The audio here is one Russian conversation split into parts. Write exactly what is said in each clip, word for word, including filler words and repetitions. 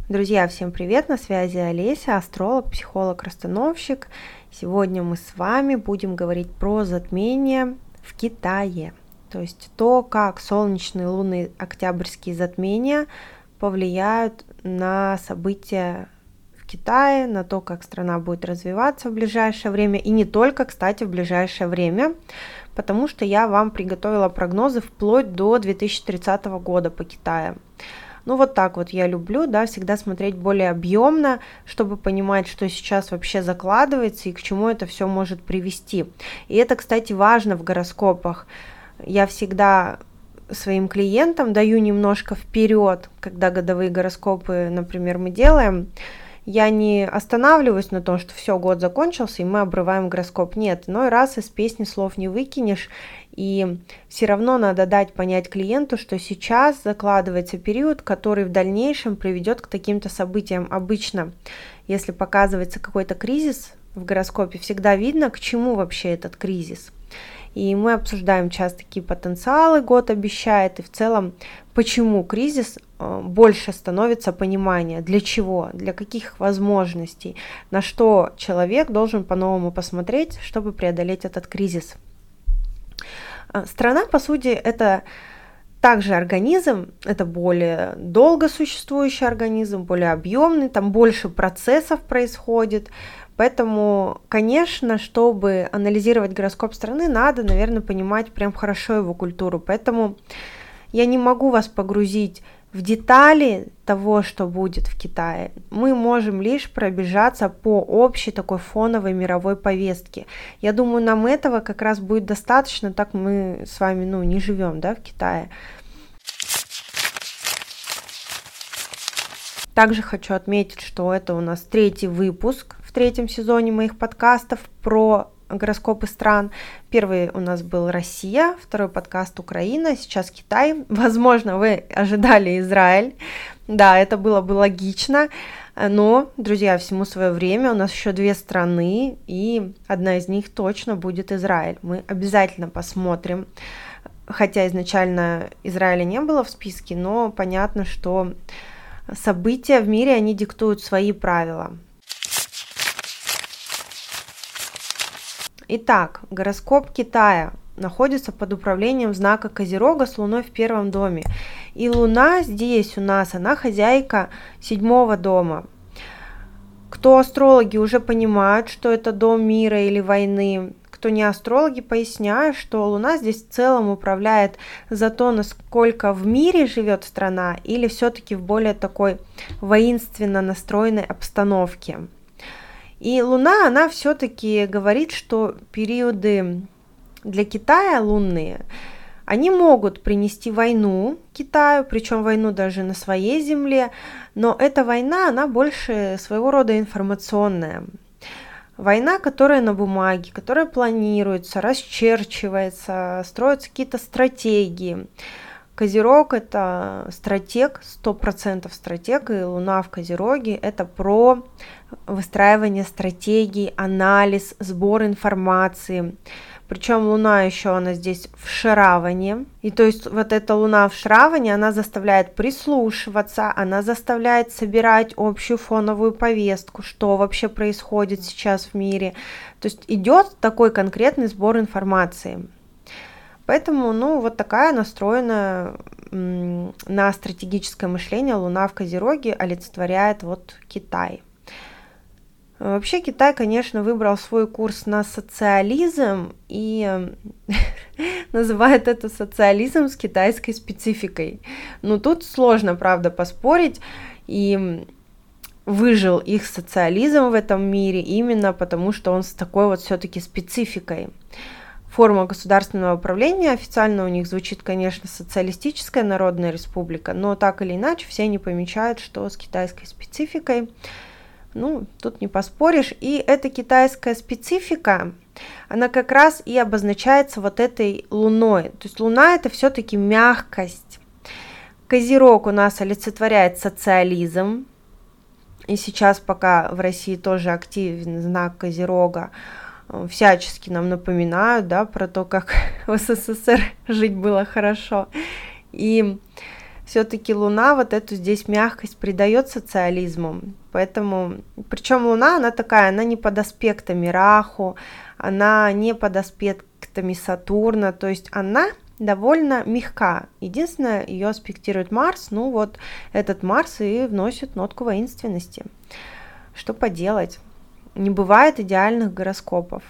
Друзья, всем привет, на связи Олеся, астролог, психолог, расстановщик. Сегодня мы с вами будем говорить про затмение в Китае. То есть то, как солнечные, лунные, октябрьские затмения повлияют на события в Китае, на то, как страна будет развиваться в ближайшее время. И не только, кстати, в ближайшее время, потому что я вам приготовила прогнозы вплоть до две тысячи тридцатого года по Китаю. Ну вот так вот я люблю, да, всегда смотреть более объемно, чтобы понимать, что сейчас вообще закладывается и к чему это все может привести. И это, кстати, важно в гороскопах. Я всегда своим клиентам даю немножко вперед, когда годовые гороскопы, например, мы делаем. Я не останавливаюсь на том, что все, год закончился, и мы обрываем гороскоп. Нет, иной раз из песни слов не выкинешь, и все равно надо дать понять клиенту, что сейчас закладывается период, который в дальнейшем приведет к таким-то событиям. Обычно, если показывается какой-то кризис в гороскопе, всегда видно, к чему вообще этот кризис. И мы обсуждаем часто, какие потенциалы год обещает, и в целом, почему кризис больше становится понимания, для чего, для каких возможностей, на что человек должен по-новому посмотреть, чтобы преодолеть этот кризис. Страна, по сути, это также организм, это более долго существующий организм, более объемный, там больше процессов происходит. Поэтому, конечно, чтобы анализировать гороскоп страны, надо, наверное, понимать прям хорошо его культуру. Поэтому я не могу вас погрузить в детали того, что будет в Китае. Мы можем лишь пробежаться по общей такой фоновой мировой повестке. Я думаю, нам этого как раз будет достаточно, так мы с вами, ну, не живем, да, в Китае. Также хочу отметить, что это у нас третий выпуск в третьем сезоне моих подкастов про гороскопы стран. Первый у нас был Россия, второй подкаст Украина, сейчас Китай. Возможно, вы ожидали Израиль. Да, это было бы логично. Но, друзья, всему свое время. У нас еще две страны, и одна из них точно будет Израиль. Мы обязательно посмотрим. Хотя изначально Израиля не было в списке, но понятно, что события в мире, они диктуют свои правила. Итак, гороскоп Китая находится под управлением знака Козерога с Луной в первом доме. И Луна здесь у нас, она хозяйка седьмого дома. Кто астрологи, уже понимают, что это дом мира или войны. Кто не астрологи, поясняю, что Луна здесь в целом управляет за то, насколько в мире живет страна, или все-таки в более такой воинственно настроенной обстановке. И Луна, она все-таки говорит, что периоды для Китая лунные, они могут принести войну Китаю, причем войну даже на своей земле, но эта война, она больше своего рода информационная. Война, которая на бумаге, которая планируется, расчерчивается, строятся какие-то стратегии. Козерог – это стратег, сто процентов стратег, и Луна в Козероге – это про выстраивание стратегий, анализ, сбор информации. Причем Луна еще, она здесь в Шраване. И то есть вот эта Луна в Шраване, она заставляет прислушиваться, она заставляет собирать общую фоновую повестку, что вообще происходит сейчас в мире. То есть идет такой конкретный сбор информации. Поэтому, ну, вот такая настроенная м, на стратегическое мышление Луна в Козероге олицетворяет вот Китай. Вообще Китай, конечно, выбрал свой курс на социализм и называет это социализм с китайской спецификой. Но тут сложно, правда, поспорить, и выжил их социализм в этом мире именно потому, что он с такой вот все-таки спецификой. Форма государственного управления официально у них звучит, конечно, социалистическая народная республика, но так или иначе все они помечают, что с китайской спецификой. Ну, тут не поспоришь. И эта китайская специфика, она как раз и обозначается вот этой Луной. То есть Луна – это все-таки мягкость. Козерог у нас олицетворяет социализм. И сейчас пока в России тоже активен знак Козерога, всячески нам напоминают, да, про то, как в СССР жить было хорошо. И все-таки Луна вот эту здесь мягкость придает социализму. Поэтому, причем Луна, она такая, она не под аспектами Раху, она не под аспектами Сатурна, то есть она довольно мягка. Единственное, ее аспектирует Марс, ну вот этот Марс и вносит нотку воинственности. Что поделать? Не бывает идеальных гороскопов.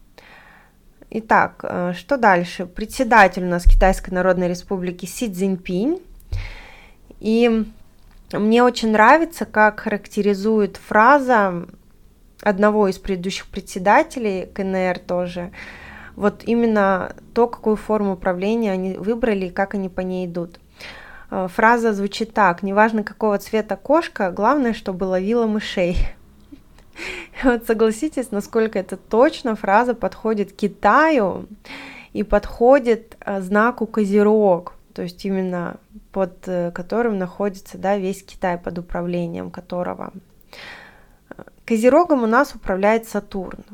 Итак, что дальше? Председатель у нас Китайской Народной Республики Си Цзиньпинь. И мне очень нравится, как характеризует фраза одного из предыдущих председателей ка эн эр тоже, вот именно то, какую форму управления они выбрали и как они по ней идут. Фраза звучит так: неважно, какого цвета кошка, главное, чтобы ловила мышей. Вот согласитесь, насколько это точно фраза подходит Китаю и подходит знаку Козерог, то есть именно под которым находится, да, весь Китай, под управлением которого. Козерогом у нас управляет Сатурн.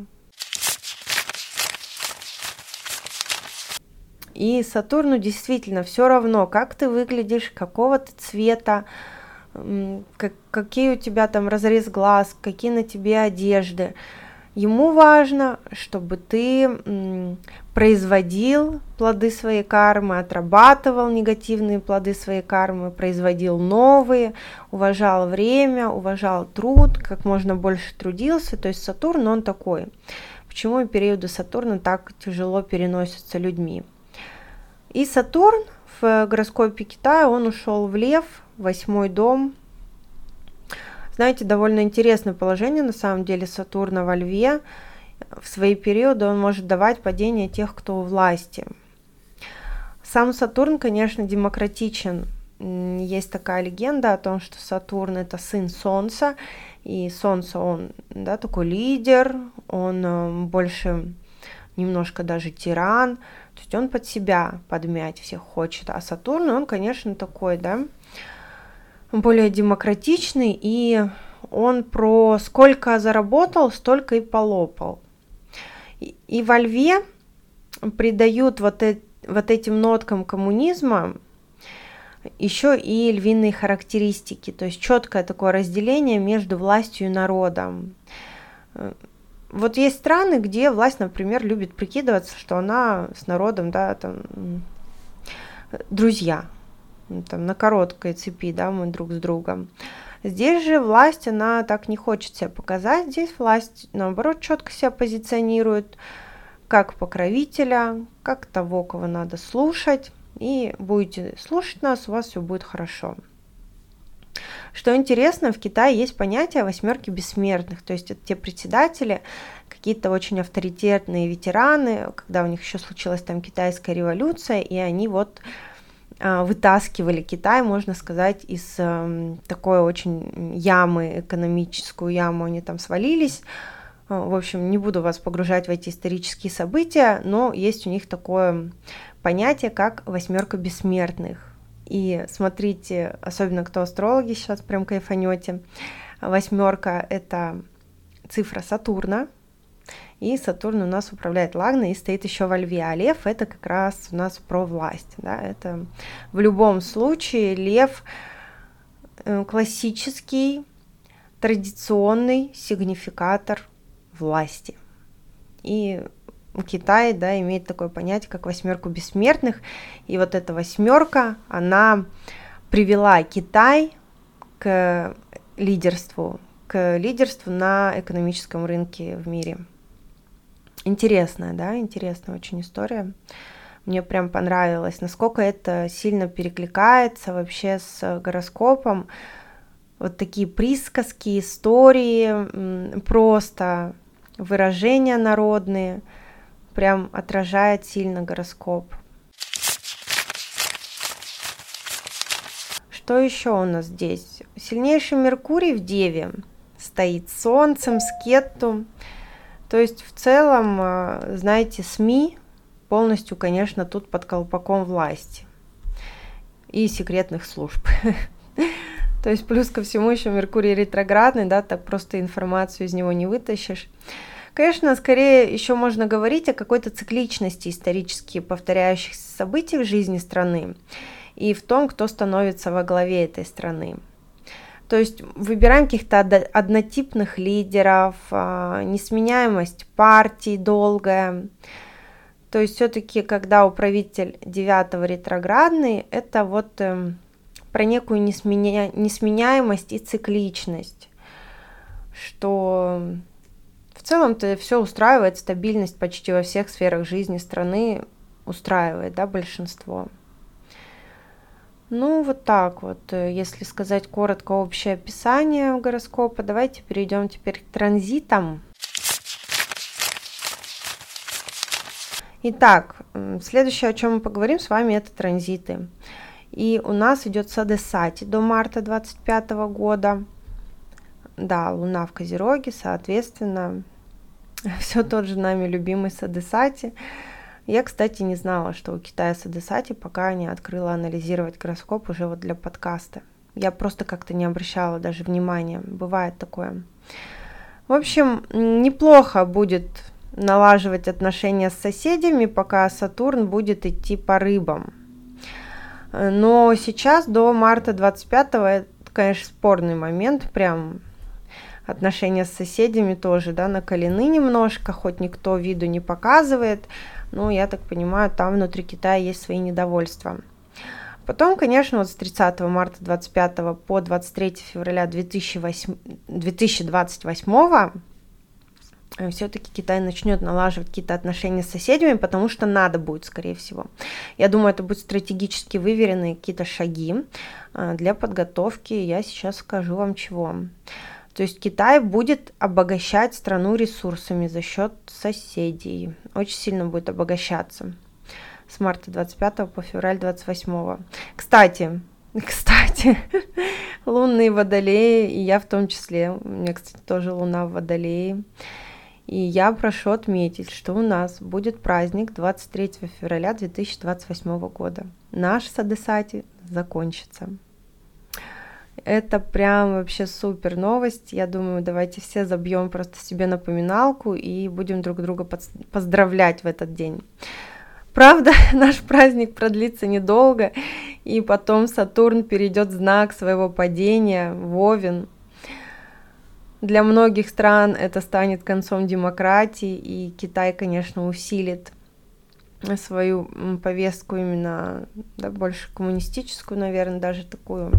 И Сатурну действительно все равно, как ты выглядишь, какого ты цвета, как, какие у тебя там разрез глаз, какие на тебе одежды. Ему важно, чтобы ты м, производил плоды своей кармы, отрабатывал негативные плоды своей кармы, производил новые, уважал время, уважал труд, как можно больше трудился. То есть Сатурн, он такой. Почему периоды Сатурна так тяжело переносятся людьми? И Сатурн в гороскопе Китая, он ушел в Лев, восьмой дом. Знаете, довольно интересное положение, на самом деле, Сатурна во Льве. В свои периоды он может давать падение тех, кто у власти. Сам Сатурн, конечно, демократичен. Есть такая легенда о том, что Сатурн — это сын Солнца, и Солнце, он, да, такой лидер, он больше немножко даже тиран, то есть он под себя подмять всех хочет, а Сатурн, он, конечно, такой, да, более демократичный, и он про сколько заработал, столько и полопал. И, и во Льве придают вот, э, вот этим ноткам коммунизма еще и львиные характеристики, то есть четкое такое разделение между властью и народом. Вот есть страны, где власть, например, любит прикидываться, что она с народом, да, там, друзья, там, на короткой цепи, да, мы друг с другом. Здесь же власть, она так не хочет себя показать, здесь власть, наоборот, четко себя позиционирует как покровителя, как того, кого надо слушать, и будете слушать нас, у вас все будет хорошо. Что интересно, в Китае есть понятие восьмерки бессмертных, то есть это те председатели, какие-то очень авторитетные ветераны, когда у них еще случилась там китайская революция, и они вот э, вытаскивали Китай, можно сказать, из э, такой очень ямы, экономическую яму, они там свалились. В общем, не буду вас погружать в эти исторические события, но есть у них такое понятие, как восьмерка бессмертных. И смотрите, особенно кто астрологи, сейчас прям кайфанете. Восьмерка — это цифра Сатурна, и Сатурн у нас управляет Лагной и стоит еще во Льве, а Лев — это как раз у нас про власть. Да? Это в любом случае Лев классический, традиционный сигнификатор власти. И Китай, да, имеет такое понятие, как восьмерку бессмертных, и вот эта восьмерка, она привела Китай к лидерству, к лидерству на экономическом рынке в мире. Интересная, да, интересная очень история. Мне прям понравилось, насколько это сильно перекликается вообще с гороскопом. Вот такие присказки, истории, просто выражения народные, прям отражает сильно гороскоп. Что еще у нас здесь? Сильнейший Меркурий в Деве стоит с Солнцем, с Кету. То есть в целом, знаете, СМИ полностью, конечно, тут под колпаком власти и секретных служб. То есть плюс ко всему еще Меркурий ретроградный, да, так просто информацию из него не вытащишь. Конечно, скорее еще можно говорить о какой-то цикличности исторически повторяющихся событий в жизни страны. и в том, кто становится во главе этой страны. То есть выбираем каких-то однотипных лидеров, несменяемость партий долгая. То есть все-таки, когда управитель девятого ретроградный, это вот про некую несменя... несменяемость и цикличность, что в целом-то все устраивает, стабильность почти во всех сферах жизни страны устраивает, да, большинство. Ну, вот так вот, если сказать коротко общее описание гороскопа, давайте перейдем теперь к транзитам. Итак, следующее, о чем мы поговорим с вами, это транзиты. И у нас идет Садесати до марта двадцать пятого года. Да, Луна в Козероге, соответственно, все тот же нами любимый Садесати. Я, кстати, не знала, что у Китая Садесати, пока не открыла анализировать гороскоп уже вот для подкаста. Я просто как-то не обращала даже внимания. Бывает такое. В общем, неплохо будет налаживать отношения с соседями, пока Сатурн будет идти по рыбам. Но сейчас до марта двадцать пятого это, конечно, спорный момент, прям отношения с соседями тоже, да, накалены немножко, хоть никто виду не показывает, но я так понимаю, там внутри Китая есть свои недовольства. Потом, конечно, вот с тридцатого марта двадцать пятого по двадцать третьего февраля две тысячи двадцать восьмого все-таки Китай начнет налаживать какие-то отношения с соседями, потому что надо будет, скорее всего. Я думаю, это будут стратегически выверенные какие-то шаги для подготовки. Я сейчас скажу вам чего. То есть Китай будет обогащать страну ресурсами за счет соседей. Очень сильно будет обогащаться с марта двадцать пятого по февраль двадцать восьмого. Кстати, кстати, лунные водолеи, и я в том числе. У меня, кстати, тоже луна в водолее. И я прошу отметить, что у нас будет праздник двадцать третьего февраля две тысячи двадцать восьмого года. Наш Садесати закончится. Это прям вообще супер новость. Я думаю, давайте все забьем просто себе напоминалку и будем друг друга поздравлять в этот день. Правда, наш праздник продлится недолго, и потом Сатурн перейдет в знак своего падения в Овен. Для многих стран это станет концом демократии, и Китай, конечно, усилит свою повестку именно, да, больше коммунистическую, наверное, даже такую.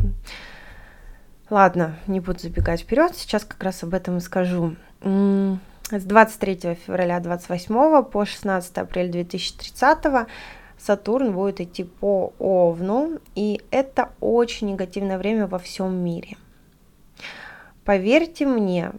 Ладно, не буду забегать вперед, сейчас как раз об этом и скажу. С двадцать третьего февраля двадцать восьмого по шестнадцатого апреля две тысячи тридцатого Сатурн будет идти по Овну, и это очень негативное время во всем мире. Поверьте мне,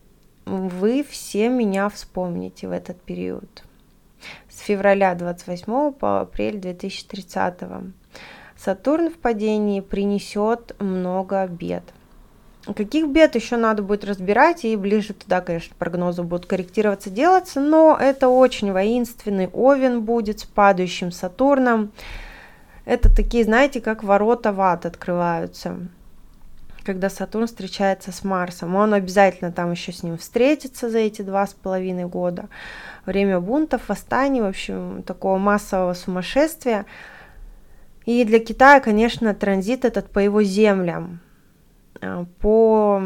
вы все меня вспомните в этот период. С февраля двадцать восьмого по апрель две тысячи тридцатого Сатурн в падении принесет много бед. Каких бед еще надо будет разбирать, и ближе туда, конечно, прогнозы будут корректироваться, делаться, но это очень воинственный Овен будет с падающим Сатурном. Это такие, знаете, как ворота в ад открываются, когда Сатурн встречается с Марсом. Он обязательно там еще с ним встретится за эти два с половиной года. Время бунтов, восстаний, в общем, такого массового сумасшествия. И для Китая, конечно, транзит этот по его землям, по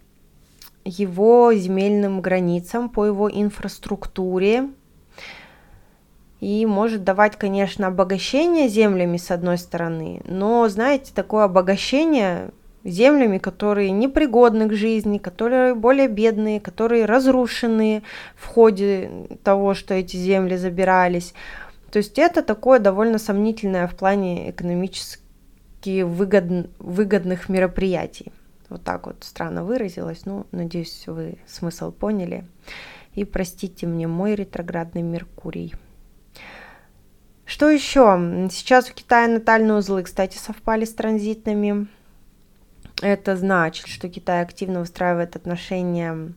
его земельным границам, по его инфраструктуре. И может давать, конечно, обогащение землями с одной стороны, но, знаете, такое обогащение землями, которые непригодны к жизни, которые более бедные, которые разрушены в ходе того, что эти земли забирались. То есть это такое довольно сомнительное в плане экономически выгод... выгодных мероприятий. Вот так вот странно выразилась, ну, надеюсь, вы смысл поняли. И простите мне мой ретроградный Меркурий. Что еще? Сейчас у Китая натальные узлы, кстати, совпали с транзитными. Это значит, что Китай активно выстраивает отношения,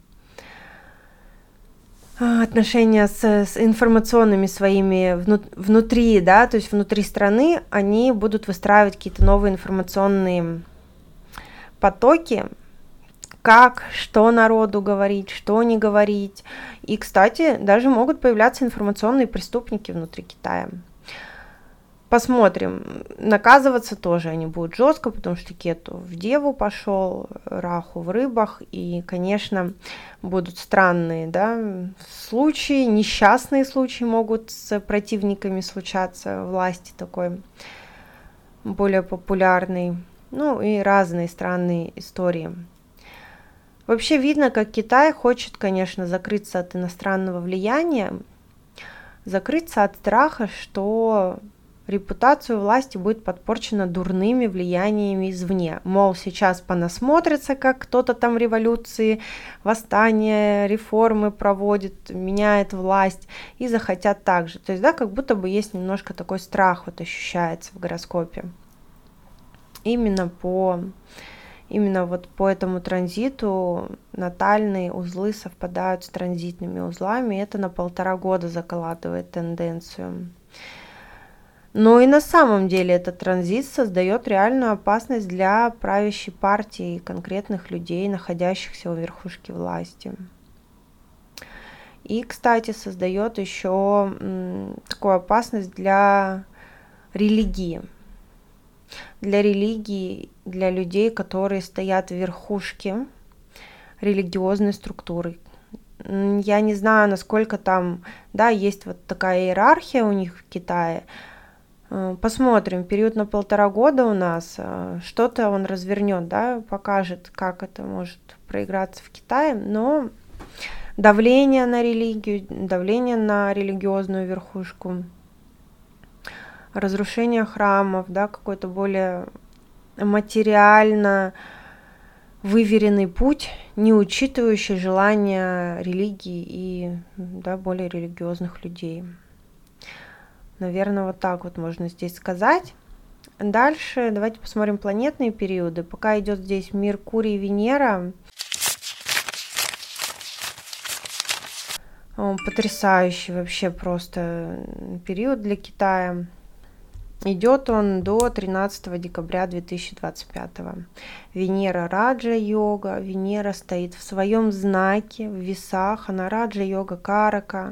отношения с, с информационными своими вну, внутри, да, то есть внутри страны они будут выстраивать какие-то новые информационные потоки, как, что народу говорить, что не говорить. И, кстати, даже могут появляться информационные преступники внутри Китая. посмотрим. Наказываться тоже они будут жестко, потому что Кету в Деву пошел, Раху в Рыбах, и, конечно, будут странные, да, случаи, несчастные случаи могут с противниками случаться власти такой более популярной, ну и разные странные истории. Вообще видно, как Китай хочет, конечно, закрыться от иностранного влияния, закрыться от страха, что репутация власти будет подпорчена дурными влияниями извне. Мол, сейчас понасмотрится, как кто-то там революции, восстания, реформы проводит, меняет власть, и захотят так же. То есть, да, как будто бы есть немножко такой страх вот ощущается в гороскопе. Именно по, именно вот по этому транзиту натальные узлы совпадают с транзитными узлами, и это на полтора года закладывает тенденцию. Но и на самом деле этот транзит создает реальную опасность для правящей партии и конкретных людей, находящихся у верхушки власти. И, кстати, создает еще м, такую опасность для религии. Для религии, для людей, которые стоят в верхушке религиозной структуры. Я не знаю, насколько там, да, есть вот такая иерархия у них в Китае. Посмотрим, период на полтора года у нас, что-то он развернет, да, покажет, как это может проиграться в Китае, но давление на религию, давление на религиозную верхушку, разрушение храмов, да, какой-то более материально выверенный путь, не учитывающий желания религии и, да, более религиозных людей. Наверное, вот так вот можно здесь сказать. Дальше давайте посмотрим планетные периоды. Пока идет здесь Меркурий, Венера. Потрясающий вообще просто период для Китая. Идет он до тринадцатого декабря две тысячи двадцать пятого. Венера Раджа-йога. Венера стоит в своем знаке, в весах. Она Раджа-йога Карака.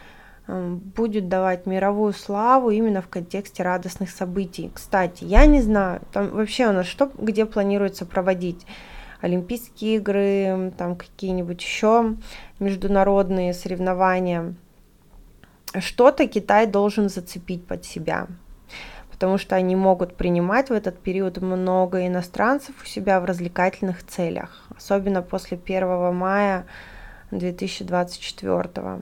Будет давать мировую славу именно в контексте радостных событий. Кстати, я не знаю, там вообще у нас что, где планируется проводить? Олимпийские игры, там какие-нибудь еще международные соревнования. Что-то Китай должен зацепить под себя, потому что они могут принимать в этот период много иностранцев у себя в развлекательных целях, особенно после первого мая две тысячи двадцать четвёртого.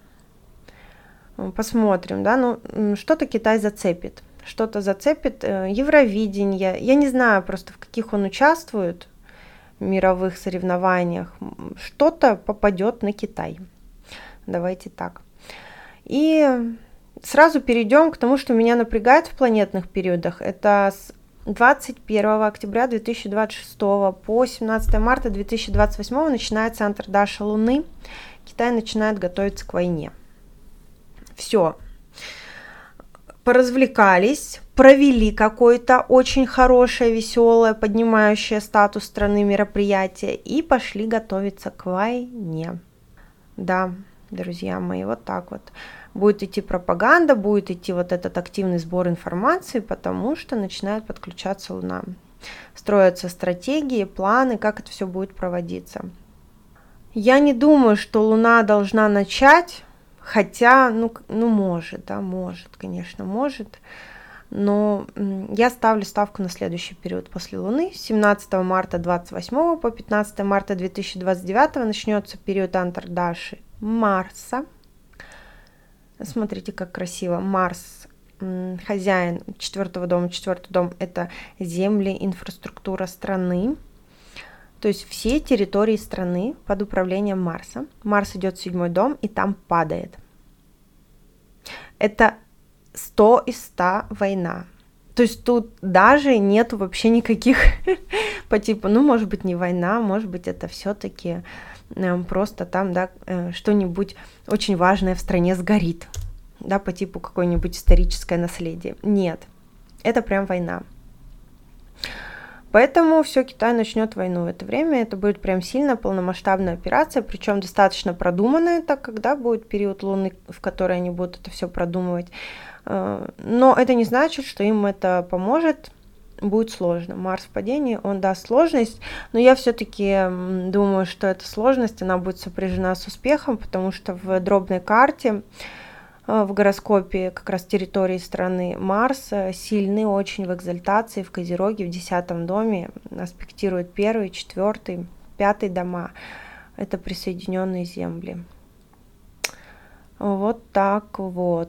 Посмотрим, да, ну что-то Китай зацепит, что-то зацепит, Евровидение, я не знаю просто, в каких он участвует в мировых соревнованиях, что-то попадет на Китай, давайте так. И сразу перейдем к тому, что меня напрягает в планетных периодах, это с двадцать первого октября две тысячи двадцать шестого по семнадцатого марта две тысячи двадцать восьмого начинается антардаша Луны, Китай начинает готовиться к войне. Все, поразвлекались, провели какое-то очень хорошее, веселое, поднимающее статус страны мероприятие и пошли готовиться к войне. Да, друзья мои, вот так вот. Будет идти пропаганда, будет идти вот этот активный сбор информации, потому что начинает подключаться Луна. Строятся стратегии, планы, как это все будет проводиться. Я не думаю, что Луна должна начать. Хотя, ну, ну, может, да, может, конечно, может. Но я ставлю ставку на следующий период после Луны. С семнадцатого марта двадцать восьмого по пятнадцатого марта две тысячи двадцать девятого начнется период антардаши Марса. Смотрите, как красиво. Марс, хозяин четвертого дома. Четвертый дом – это земли, инфраструктура страны. То есть все территории страны под управлением Марса. Марс идет в седьмой дом и там падает. Это сто из ста война. То есть тут даже нету вообще никаких по типу, ну, может быть, не война, может быть, это все-таки э, просто там, да, э, что-нибудь очень важное в стране сгорит, да, по типу какое-нибудь историческое наследие. Нет, это прям война. Поэтому все, Китай начнет войну в это время. Это будет прям сильная полномасштабная операция, причем достаточно продуманная, так как да, будет период Луны, в который они будут это все продумывать. Но это не значит, что им это поможет. Будет сложно. Марс в падении, он даст сложность, но я все-таки думаю, что эта сложность, она будет сопряжена с успехом, потому что в дробной карте, в гороскопе как раз территории страны, Марс сильный очень в экзальтации, в Козероге, в десятом доме, аспектирует первый, четвертый, пятый дома. Это присоединенные земли. Вот так вот.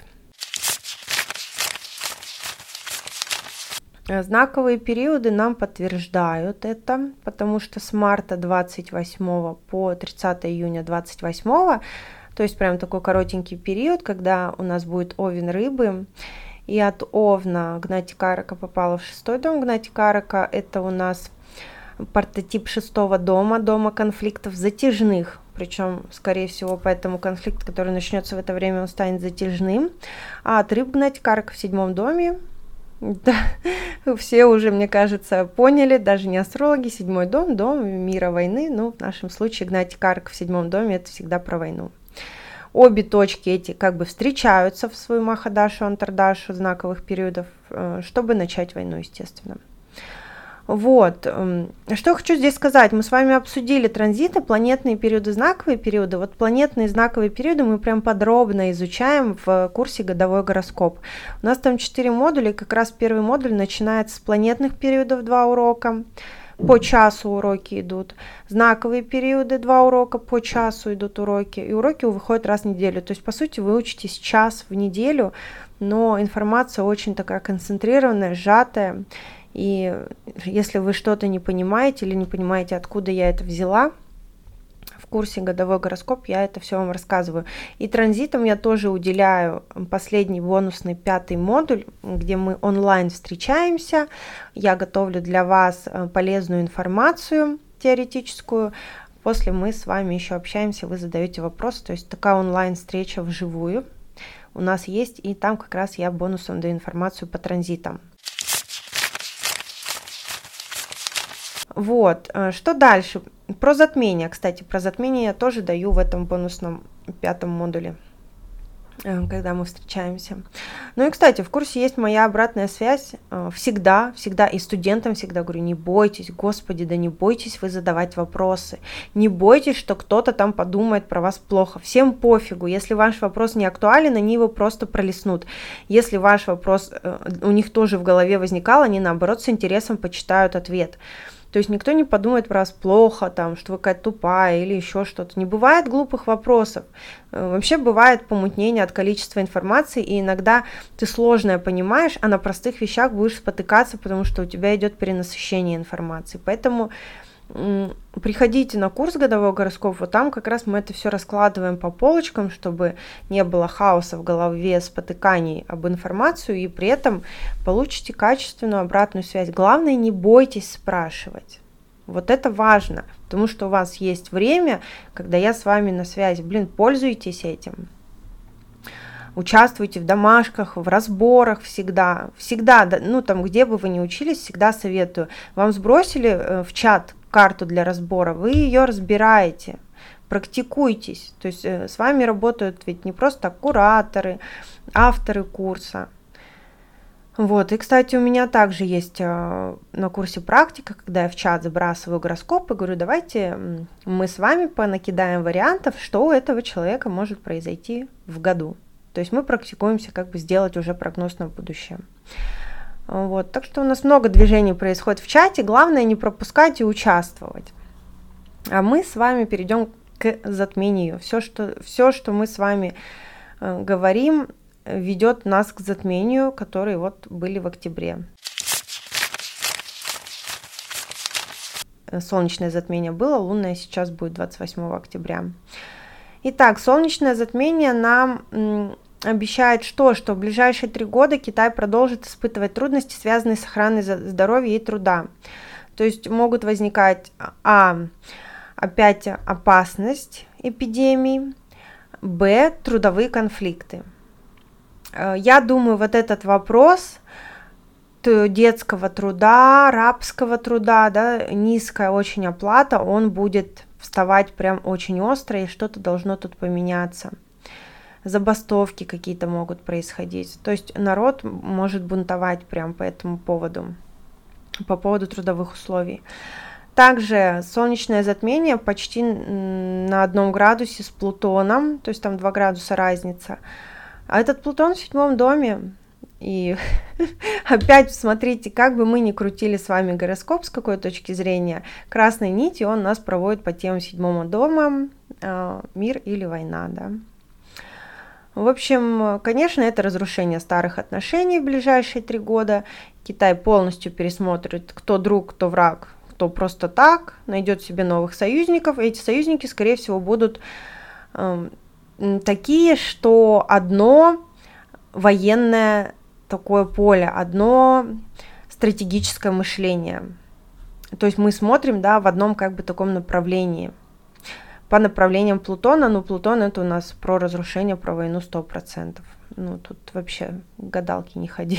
Знаковые периоды нам подтверждают это, потому что с марта двадцать восьмого по тридцатое июня двадцать восьмого, то есть прям такой коротенький период, когда у нас будет Овен Рыбы, и от Овна Гнати Карака попала в шестой дом. Гнати Карака — это у нас партотип шестого дома, дома конфликтов затяжных, причем, скорее всего, поэтому конфликт, который начнется в это время, он станет затяжным. А от Рыб Гнати Карака в седьмом доме, да, все уже, мне кажется, поняли, даже не астрологи, седьмой дом, дом мира, войны, ну, в нашем случае Гнати Карака в седьмом доме, это всегда про войну. Обе точки эти как бы встречаются в свою Махадашу, Антардашу знаковых периодов, чтобы начать войну, естественно. Вот, что я хочу здесь сказать, мы с вами обсудили транзиты, планетные периоды, знаковые периоды. Вот планетные знаковые периоды мы прям подробно изучаем в курсе «Годовой гороскоп». У нас там четыре модуля, и как раз первый модуль начинается с планетных периодов, два урока, по часу уроки идут, знаковые периоды, два урока, по часу идут уроки, и уроки выходят раз в неделю. То есть, по сути, вы учитесь час в неделю, но информация очень такая концентрированная, сжатая. И если вы что-то не понимаете или не понимаете, откуда я это взяла, в курсе «Годовой гороскоп» я это все вам рассказываю. И транзитам я тоже уделяю последний бонусный пятый модуль, где мы онлайн встречаемся. Я готовлю для вас полезную информацию теоретическую. После мы с вами еще общаемся, вы задаете вопросы. То есть такая онлайн-встреча вживую у нас есть. И там как раз я бонусом даю информацию по транзитам. Вот, что дальше? Про затмение, кстати, про затмение я тоже даю в этом бонусном пятом модуле, когда мы встречаемся. Ну и, кстати, в курсе есть моя обратная связь. Всегда, всегда, и студентам всегда говорю, не бойтесь, господи, да не бойтесь вы задавать вопросы. Не бойтесь, что кто-то там подумает про вас плохо. Всем пофигу. Если ваш вопрос не актуален, они его просто пролистнут. Если ваш вопрос у них тоже в голове возникал, они, наоборот, с интересом почитают ответ. То есть никто не подумает про вас плохо, там, что вы какая-то тупая или еще что-то. Не бывает глупых вопросов. Вообще бывает помутнение от количества информации, и иногда ты сложное понимаешь, а на простых вещах будешь спотыкаться, потому что у тебя идет перенасыщение информации. Поэтому м- приходите на курс «Годовой гороскоп», вот там как раз мы это все раскладываем по полочкам, чтобы не было хаоса в голове, спотыканий об информацию, и при этом получите качественную обратную связь. Главное, не бойтесь спрашивать. Вот это важно, потому что у вас есть время, когда я с вами на связи. Блин, пользуйтесь этим. Участвуйте в домашках, в разборах всегда. Всегда, ну там, где бы вы ни учились, всегда советую. Вам сбросили в чат карту для разбора, вы ее разбираете. Практикуйтесь. То есть с вами работают ведь не просто кураторы, авторы курса. Вот, и, кстати, у меня также есть на курсе практика, когда я в чат забрасываю гороскоп и говорю, давайте мы с вами понакидаем вариантов, что у этого человека может произойти в году. То есть мы практикуемся как бы сделать уже прогноз на будущее. Вот, так что у нас много движений происходит в чате, главное не пропускать и участвовать. А мы с вами перейдем к затмению. Все, что, все, что мы с вами э, говорим, ведет нас к затмению, которые вот были в октябре. Солнечное затмение было, лунное сейчас будет двадцать восьмого октября. Итак, солнечное затмение нам м, обещает что? Что в ближайшие три года Китай продолжит испытывать трудности, связанные с охраной здоровья и труда. То есть могут возникать а. опять опасность эпидемий, б. трудовые конфликты. Я думаю, вот этот вопрос детского труда, рабского труда, да, низкая очень оплата, он будет вставать прям очень остро, и что-то должно тут поменяться. забастовки какие-то могут происходить. То есть народ может бунтовать прям по этому поводу, по поводу трудовых условий. Также солнечное затмение почти на одном градусе с Плутоном, то есть там два градуса разница. А этот Плутон в седьмом доме. И опять смотрите, как бы мы ни крутили с вами гороскоп, с какой точки зрения, красной нитью он нас проводит по темам седьмого дома, э, мир или война, да. В общем, конечно, это разрушение старых отношений в ближайшие три года. Китай полностью пересмотрит, кто друг, кто враг, кто просто так, найдет себе новых союзников. И эти союзники, скорее всего, будут э, такие, что одно военное такое поле, одно стратегическое мышление. То есть мы смотрим, да, в одном как бы таком направлении. По направлениям Плутона, ну, Плутон это у нас про разрушение, про войну сто процентов. Ну, тут вообще гадалки не ходи.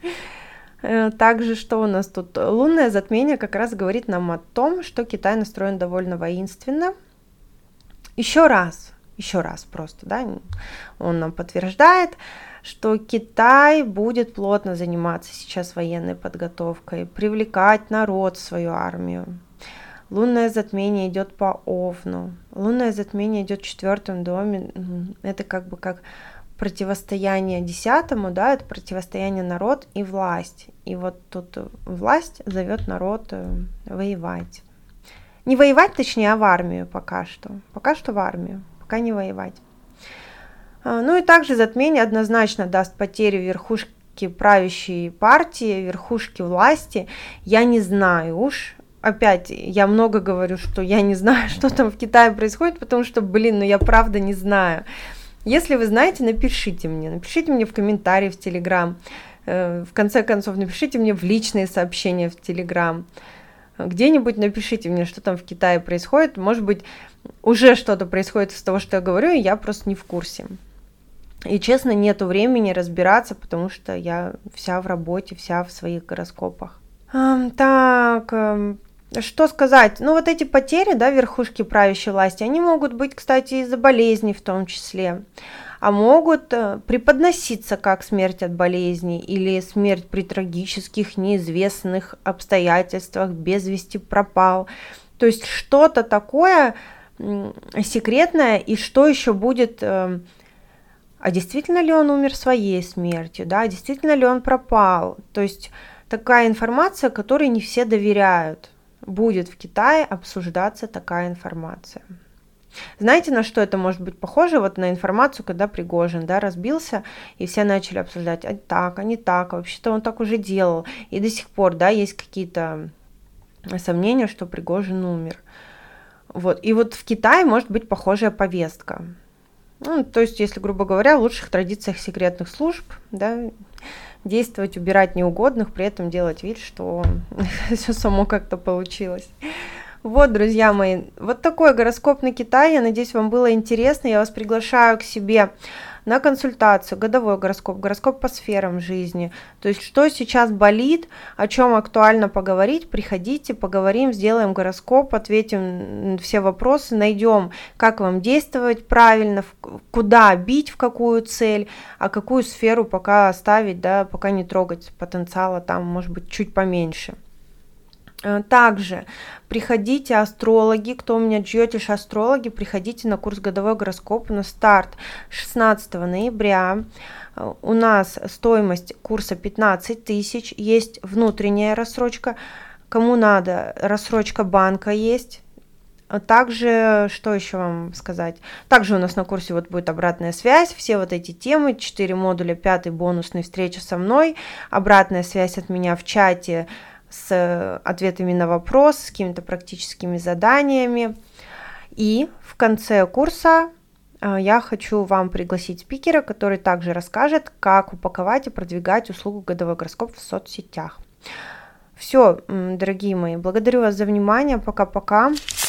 Также, что у нас тут? Лунное затмение как раз говорит нам о том, что Китай настроен довольно воинственно. Еще раз, еще раз просто, да, он нам подтверждает, что Китай будет плотно заниматься сейчас военной подготовкой, привлекать народ в свою армию. Лунное затмение идет по Овну. Лунное затмение идет в четвертом доме. Это как бы как противостояние десятому, да, это противостояние народ и власть. И вот тут власть зовет народ воевать. Не воевать, точнее, а в армию пока что. Пока что в армию, пока не воевать. Ну и также затмение однозначно даст потери верхушки правящей партии, верхушки власти. Я не знаю уж. Опять, я много говорю, что я не знаю, что там в Китае происходит, потому что, блин, ну я правда не знаю. Если вы знаете, напишите мне, напишите мне в комментарии в Телеграм, в конце концов, напишите мне в личные сообщения в Телеграм, где-нибудь напишите мне, что там в Китае происходит, может быть, уже что-то происходит из того, что я говорю, и я просто не в курсе. И, честно, нету времени разбираться, потому что я вся в работе, вся в своих гороскопах. Так... Что сказать? Ну, вот эти потери, да, верхушки правящей власти, они могут быть, кстати, из-за болезней в том числе, а могут преподноситься как смерть от болезней или смерть при трагических, неизвестных обстоятельствах, без вести пропал. То есть что-то такое секретное, и что еще будет... А действительно ли он умер своей смертью, да, действительно ли он пропал? То есть такая информация, которой не все доверяют. Будет в Китае обсуждаться такая информация. Знаете, на что это может быть похоже? Вот на информацию, когда Пригожин, да, разбился, и все начали обсуждать, а так, а не так, а вообще-то он так уже делал. И до сих пор, да, есть какие-то сомнения, что Пригожин умер. Вот. И вот в Китае может быть похожая повестка. Ну, то есть, если, грубо говоря, в лучших традициях секретных служб, да, действовать, убирать неугодных, при этом делать вид, что все само как-то получилось. Вот, друзья мои, вот такой гороскоп на Китай. Я надеюсь, вам было интересно. Я вас приглашаю к себе на консультацию, годовой гороскоп, гороскоп по сферам жизни. То есть, что сейчас болит, о чем актуально поговорить, приходите, поговорим, сделаем гороскоп, ответим на все вопросы, найдем, как вам действовать правильно, куда бить, в какую цель, а какую сферу пока оставить, да, пока не трогать, потенциала там может быть чуть поменьше. Также приходите, астрологи, кто у меня джиотиш астрологи, приходите на курс годовой гороскоп, на старт шестнадцатого ноября. У нас стоимость курса пятнадцать тысяч, есть внутренняя рассрочка, кому надо, рассрочка банка есть. Также, что еще вам сказать? Также у нас на курсе вот будет обратная связь, все вот эти темы, четыре модуля, пятый бонусный, встреча со мной, обратная связь от меня в чате, с ответами на вопрос, с какими-то практическими заданиями. И в конце курса я хочу вам пригласить спикера, который также расскажет, как упаковать и продвигать услугу годовой гороскоп в соцсетях. Все, дорогие мои, благодарю вас за внимание. Пока-пока.